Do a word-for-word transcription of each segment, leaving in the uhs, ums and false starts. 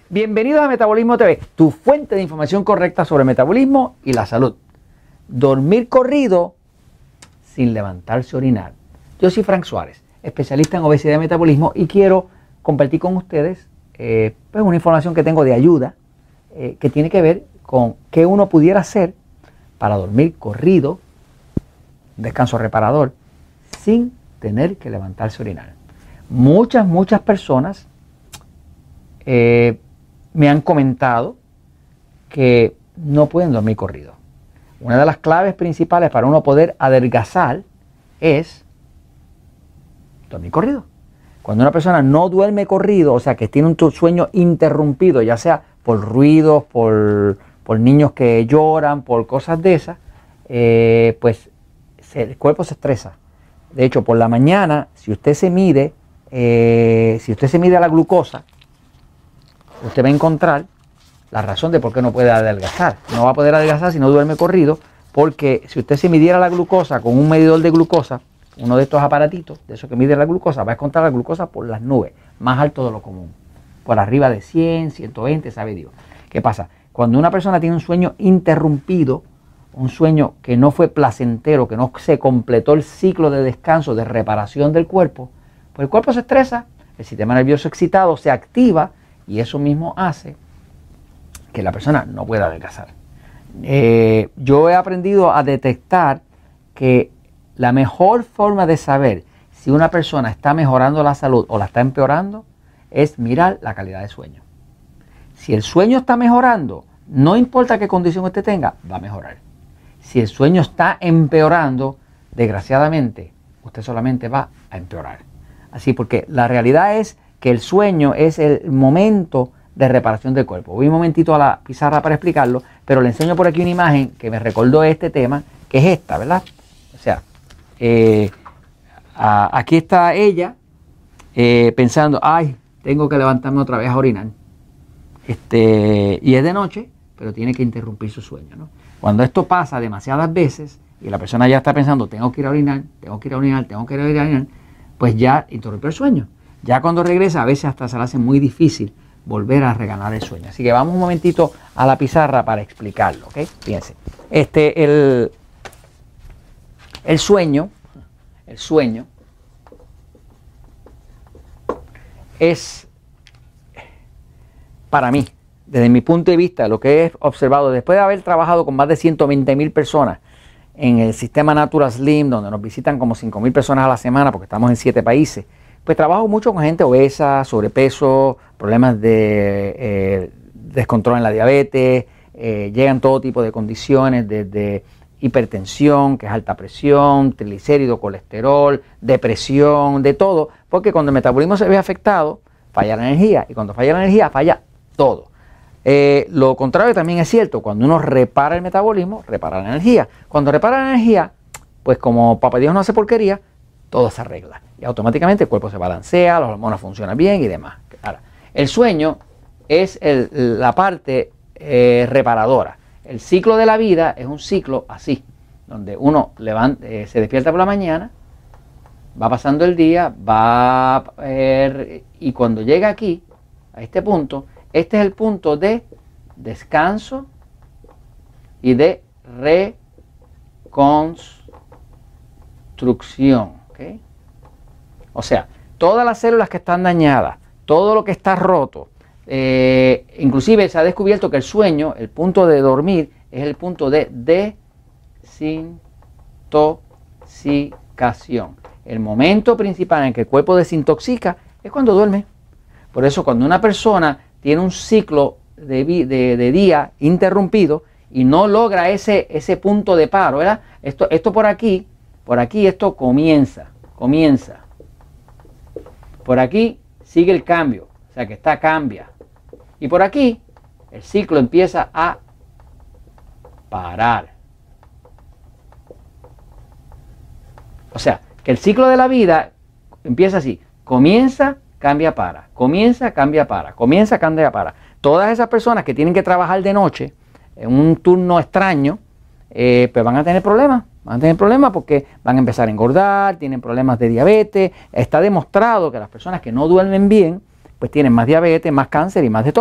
Bienvenidos a Metabolismo T V, tu fuente de información correcta sobre el metabolismo y la salud. Dormir corrido sin levantarse a orinar. Yo soy Frank Suárez, especialista en obesidad y metabolismo, y quiero compartir con ustedes eh, pues una información que tengo de ayuda eh, que tiene que ver con qué uno pudiera hacer para dormir corrido, descanso reparador, sin tener que levantarse a orinar. Muchas, muchas personas eh, me han comentado que no pueden dormir corrido. Una de las claves principales para uno poder adelgazar es dormir corrido. Cuando una persona no duerme corrido, o sea que tiene un sueño interrumpido, ya sea por ruidos, por, por niños que lloran, por cosas de esas, eh, pues se, el cuerpo se estresa. De hecho, por la mañana, si usted se mide, eh, si usted se mide a la glucosa, usted va a encontrar la razón de por qué no puede adelgazar. No va a poder adelgazar si no duerme corrido, porque si usted se midiera la glucosa con un medidor de glucosa, uno de estos aparatitos, de esos que mide la glucosa, va a encontrar la glucosa por las nubes, más alto de lo común, por arriba de cien, ciento veinte, sabe Dios. ¿Qué pasa? Cuando una persona tiene un sueño interrumpido, un sueño que no fue placentero, que no se completó el ciclo de descanso, de reparación del cuerpo, pues el cuerpo se estresa, el sistema nervioso excitado se activa, y eso mismo hace que la persona no pueda adelgazar. Eh, yo he aprendido a detectar que la mejor forma de saber si una persona está mejorando la salud o la está empeorando es mirar la calidad de sueño. Si el sueño está mejorando, no importa qué condición usted tenga, va a mejorar. Si el sueño está empeorando, desgraciadamente, usted solamente va a empeorar. Así, porque la realidad es que el sueño es el momento de reparación del cuerpo. Voy un momentito a la pizarra para explicarlo, pero le enseño por aquí una imagen que me recordó este tema, que es esta, ¿verdad? O sea, eh, a, aquí está ella eh, pensando, ay, tengo que levantarme otra vez a orinar. Este, y es de noche, pero tiene que interrumpir su sueño, ¿no? Cuando esto pasa demasiadas veces y la persona ya está pensando, tengo que ir a orinar, tengo que ir a orinar, tengo que ir a orinar, pues ya interrumpió el sueño. Ya cuando regresa, a veces hasta se le hace muy difícil volver a reganar el sueño. Así que vamos un momentito a la pizarra para explicarlo, ¿ok? Fíjense. Este, el, el sueño, el sueño es, para mí, desde mi punto de vista, lo que he observado, después de haber trabajado con más de ciento veinte mil personas en el sistema Natural Slim, donde nos visitan como cinco mil personas a la semana, porque estamos en siete países, pues trabajo mucho con gente obesa, sobrepeso, problemas de eh, descontrol en la diabetes, eh, llegan todo tipo de condiciones, desde hipertensión, que es alta presión, triglicéridos, colesterol, depresión, de todo, porque cuando el metabolismo se ve afectado, falla la energía, y cuando falla la energía, falla todo. Eh, lo contrario también es cierto, cuando uno repara el metabolismo, repara la energía. Cuando repara la energía, pues como papá Dios no hace porquería, todo se arregla y automáticamente el cuerpo se balancea, las hormonas funcionan bien y demás. Ahora, el sueño es el, la parte eh, reparadora. El ciclo de la vida es un ciclo así, donde uno levanta, eh, se despierta por la mañana, va pasando el día, va eh, y cuando llega aquí, a este punto, este es el punto de descanso y de reconstrucción. ¿Okay? O sea, todas las células que están dañadas, todo lo que está roto, eh, inclusive se ha descubierto que el sueño, el punto de dormir, es el punto de desintoxicación. El momento principal en que el cuerpo desintoxica es cuando duerme. Por eso cuando una persona tiene un ciclo de, de, de día interrumpido y no logra ese, ese punto de paro, ¿verdad? Esto, esto por aquí, por aquí esto comienza, comienza. Por aquí sigue el cambio, o sea que está cambia. Y por aquí el ciclo empieza a parar. O sea, que el ciclo de la vida empieza así, comienza, cambia, para, comienza, cambia, para, comienza, cambia, para. Todas esas personas que tienen que trabajar de noche en un turno extraño, eh, pues van a tener problemas. Van a tener problemas porque van a empezar a engordar, tienen problemas de diabetes. Está demostrado que las personas que no duermen bien, pues tienen más diabetes, más cáncer y más de todo.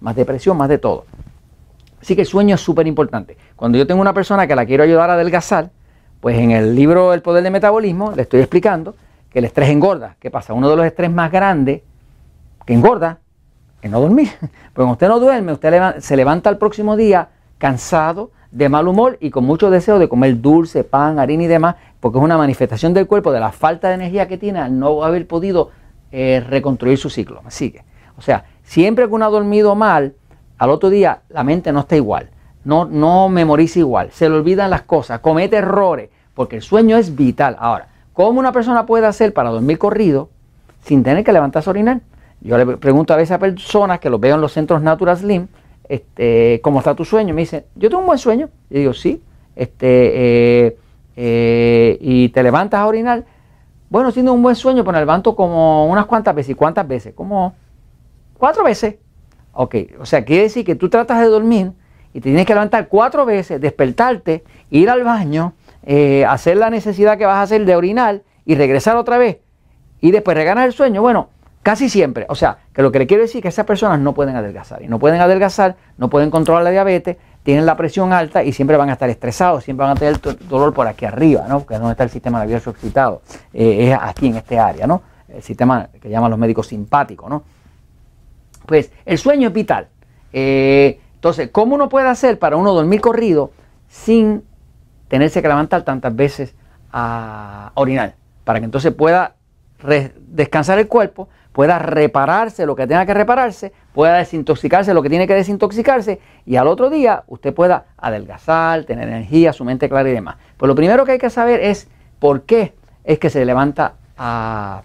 más depresión, más de todo. Así que el sueño es súper importante. Cuando yo tengo una persona que la quiero ayudar a adelgazar, pues en el libro El Poder del Metabolismo le estoy explicando que el estrés engorda. ¿Qué pasa? Uno de los estrés más grandes que engorda es no dormir. Porque cuando usted no duerme, usted se levanta el próximo día cansado, de mal humor y con mucho deseo de comer dulce, pan, harina y demás, porque es una manifestación del cuerpo de la falta de energía que tiene al no haber podido eh, reconstruir su ciclo. ¿Me sigue? O sea, siempre que uno ha dormido mal, al otro día la mente no está igual, no, no memoriza igual, se le olvidan las cosas, comete errores, porque el sueño es vital. Ahora, ¿cómo una persona puede hacer para dormir corrido sin tener que levantarse a orinar? Yo le pregunto a veces a personas que los veo en los centros Natural Slim, este, ¿cómo está tu sueño? Me dicen, yo tengo un buen sueño. Yo digo, sí. Este, eh, eh, y te levantas a orinar. Bueno, siendo un buen sueño, pues me levanto como unas cuantas veces. ¿Y cuántas veces? Como cuatro veces. Ok, o sea, quiere decir que tú tratas de dormir y te tienes que levantar cuatro veces, despertarte, ir al baño, eh, hacer la necesidad que vas a hacer de orinar y regresar otra vez y después reganar el sueño. Bueno, casi siempre. O sea, que lo que le quiero decir es que esas personas no pueden adelgazar. Y no pueden adelgazar, no pueden controlar la diabetes, tienen la presión alta y siempre van a estar estresados, siempre van a tener dolor por aquí arriba, ¿no? Porque es donde está el sistema nervioso excitado. Eh, es aquí en este área, ¿no? El sistema que llaman los médicos simpático, ¿no? Pues el sueño es vital. Eh, entonces, ¿cómo uno puede hacer para uno dormir corrido sin tenerse que levantar tantas veces a orinar? Para que entonces pueda descansar el cuerpo, pueda repararse lo que tenga que repararse, pueda desintoxicarse lo que tiene que desintoxicarse y al otro día usted pueda adelgazar, tener energía, su mente clara y demás. Pues lo primero que hay que saber es por qué es que se levanta a,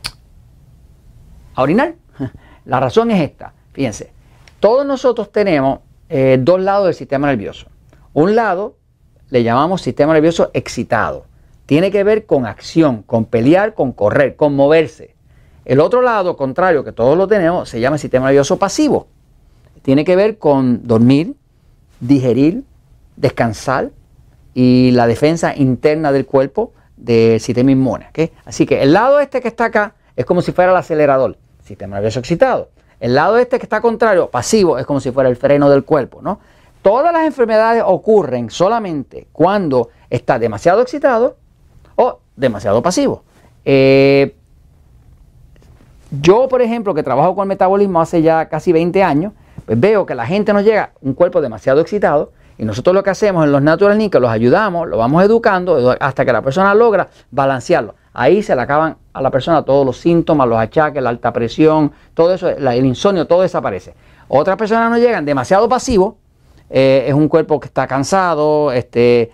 a orinar. La razón es esta. Fíjense, todos nosotros tenemos eh, dos lados del sistema nervioso. Un lado le llamamos sistema nervioso excitado. Tiene que ver con acción, con pelear, con correr, con moverse. El otro lado, contrario, que todos lo tenemos, se llama sistema nervioso pasivo. Tiene que ver con dormir, digerir, descansar y la defensa interna del cuerpo del sistema inmune. ¿Okay? Así que el lado este que está acá es como si fuera el acelerador, sistema nervioso excitado. El lado este que está contrario, pasivo, es como si fuera el freno del cuerpo, ¿no? Todas las enfermedades ocurren solamente cuando está demasiado excitado o demasiado pasivo. Eh, yo, por ejemplo, que trabajo con el metabolismo hace ya casi veinte años, pues veo que la gente nos llega un cuerpo demasiado excitado y nosotros lo que hacemos en los Natural Slim, que los ayudamos, los vamos educando hasta que la persona logra balancearlo. Ahí se le acaban a la persona todos los síntomas, los achaques, la alta presión, todo eso, el insomnio, todo desaparece. Otras personas nos llegan demasiado pasivos, eh, es un cuerpo que está cansado, este,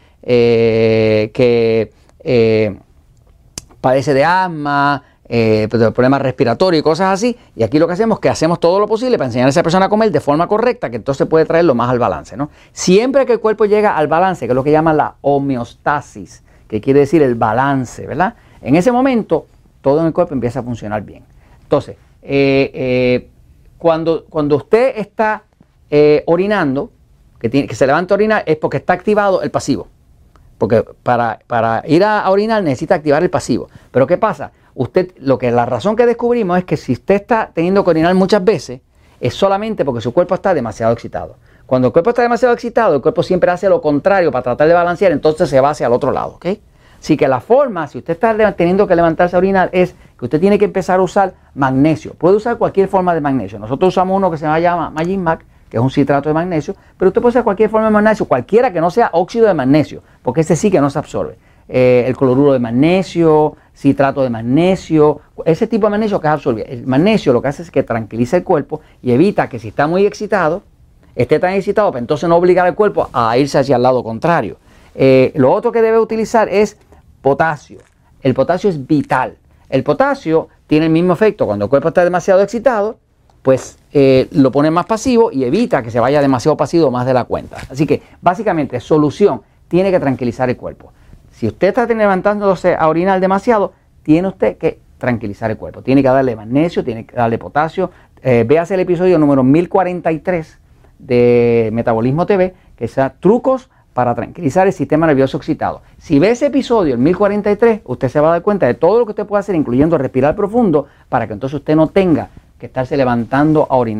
eh, que eh, padece de asma, eh, problemas respiratorios y cosas así. Y aquí lo que hacemos es que hacemos todo lo posible para enseñar a esa persona a comer de forma correcta, que entonces puede traerlo más al balance, ¿no? Siempre que el cuerpo llega al balance, que es lo que llaman la homeostasis, que quiere decir el balance, ¿verdad? En ese momento, todo en el cuerpo empieza a funcionar bien. Entonces, eh, eh, cuando, cuando usted está eh, orinando, que, tiene, que se levanta a orinar, es porque está activado el pasivo. Porque para, para ir a, a orinar necesita activar el pasivo. Pero ¿qué pasa? Usted, lo que la razón que descubrimos es que si usted está teniendo que orinar muchas veces, es solamente porque su cuerpo está demasiado excitado. Cuando el cuerpo está demasiado excitado, el cuerpo siempre hace lo contrario para tratar de balancear, entonces se va hacia el otro lado, ¿ok? Así que la forma, si usted está teniendo que levantarse a orinar, es que usted tiene que empezar a usar magnesio. Puede usar cualquier forma de magnesio. Nosotros usamos uno que se llama Magimac, que es un citrato de magnesio, pero usted puede usar cualquier forma de magnesio, cualquiera que no sea óxido de magnesio, porque ese sí que no se absorbe. Eh, el cloruro de magnesio, citrato de magnesio, ese tipo de magnesio que es absorbido. El magnesio lo que hace es que tranquiliza el cuerpo y evita que si está muy excitado, esté tan excitado, pero entonces no obligar al cuerpo a irse hacia el lado contrario. Eh, lo otro que debe utilizar es potasio. El potasio es vital. El potasio tiene el mismo efecto cuando el cuerpo está demasiado excitado, pues eh, lo pone más pasivo y evita que se vaya demasiado pasivo más de la cuenta. Así que básicamente, solución, tiene que tranquilizar el cuerpo. Si usted está levantándose a orinar demasiado, tiene usted que tranquilizar el cuerpo. Tiene que darle magnesio, tiene que darle potasio. Eh, véase el episodio número mil cuarenta y tres de Metabolismo T V, que sea trucos para tranquilizar el sistema nervioso excitado. Si ve ese episodio, el mil cuarenta y tres, usted se va a dar cuenta de todo lo que usted puede hacer, incluyendo respirar profundo, para que entonces usted no tenga que estarse levantando a orinar.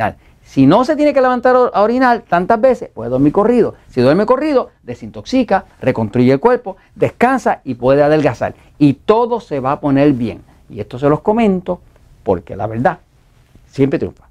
Si no se tiene que levantar a orinar tantas veces, puede dormir corrido. Si duerme corrido, desintoxica, reconstruye el cuerpo, descansa y puede adelgazar. Y todo se va a poner bien. Y esto se los comento porque la verdad siempre triunfa.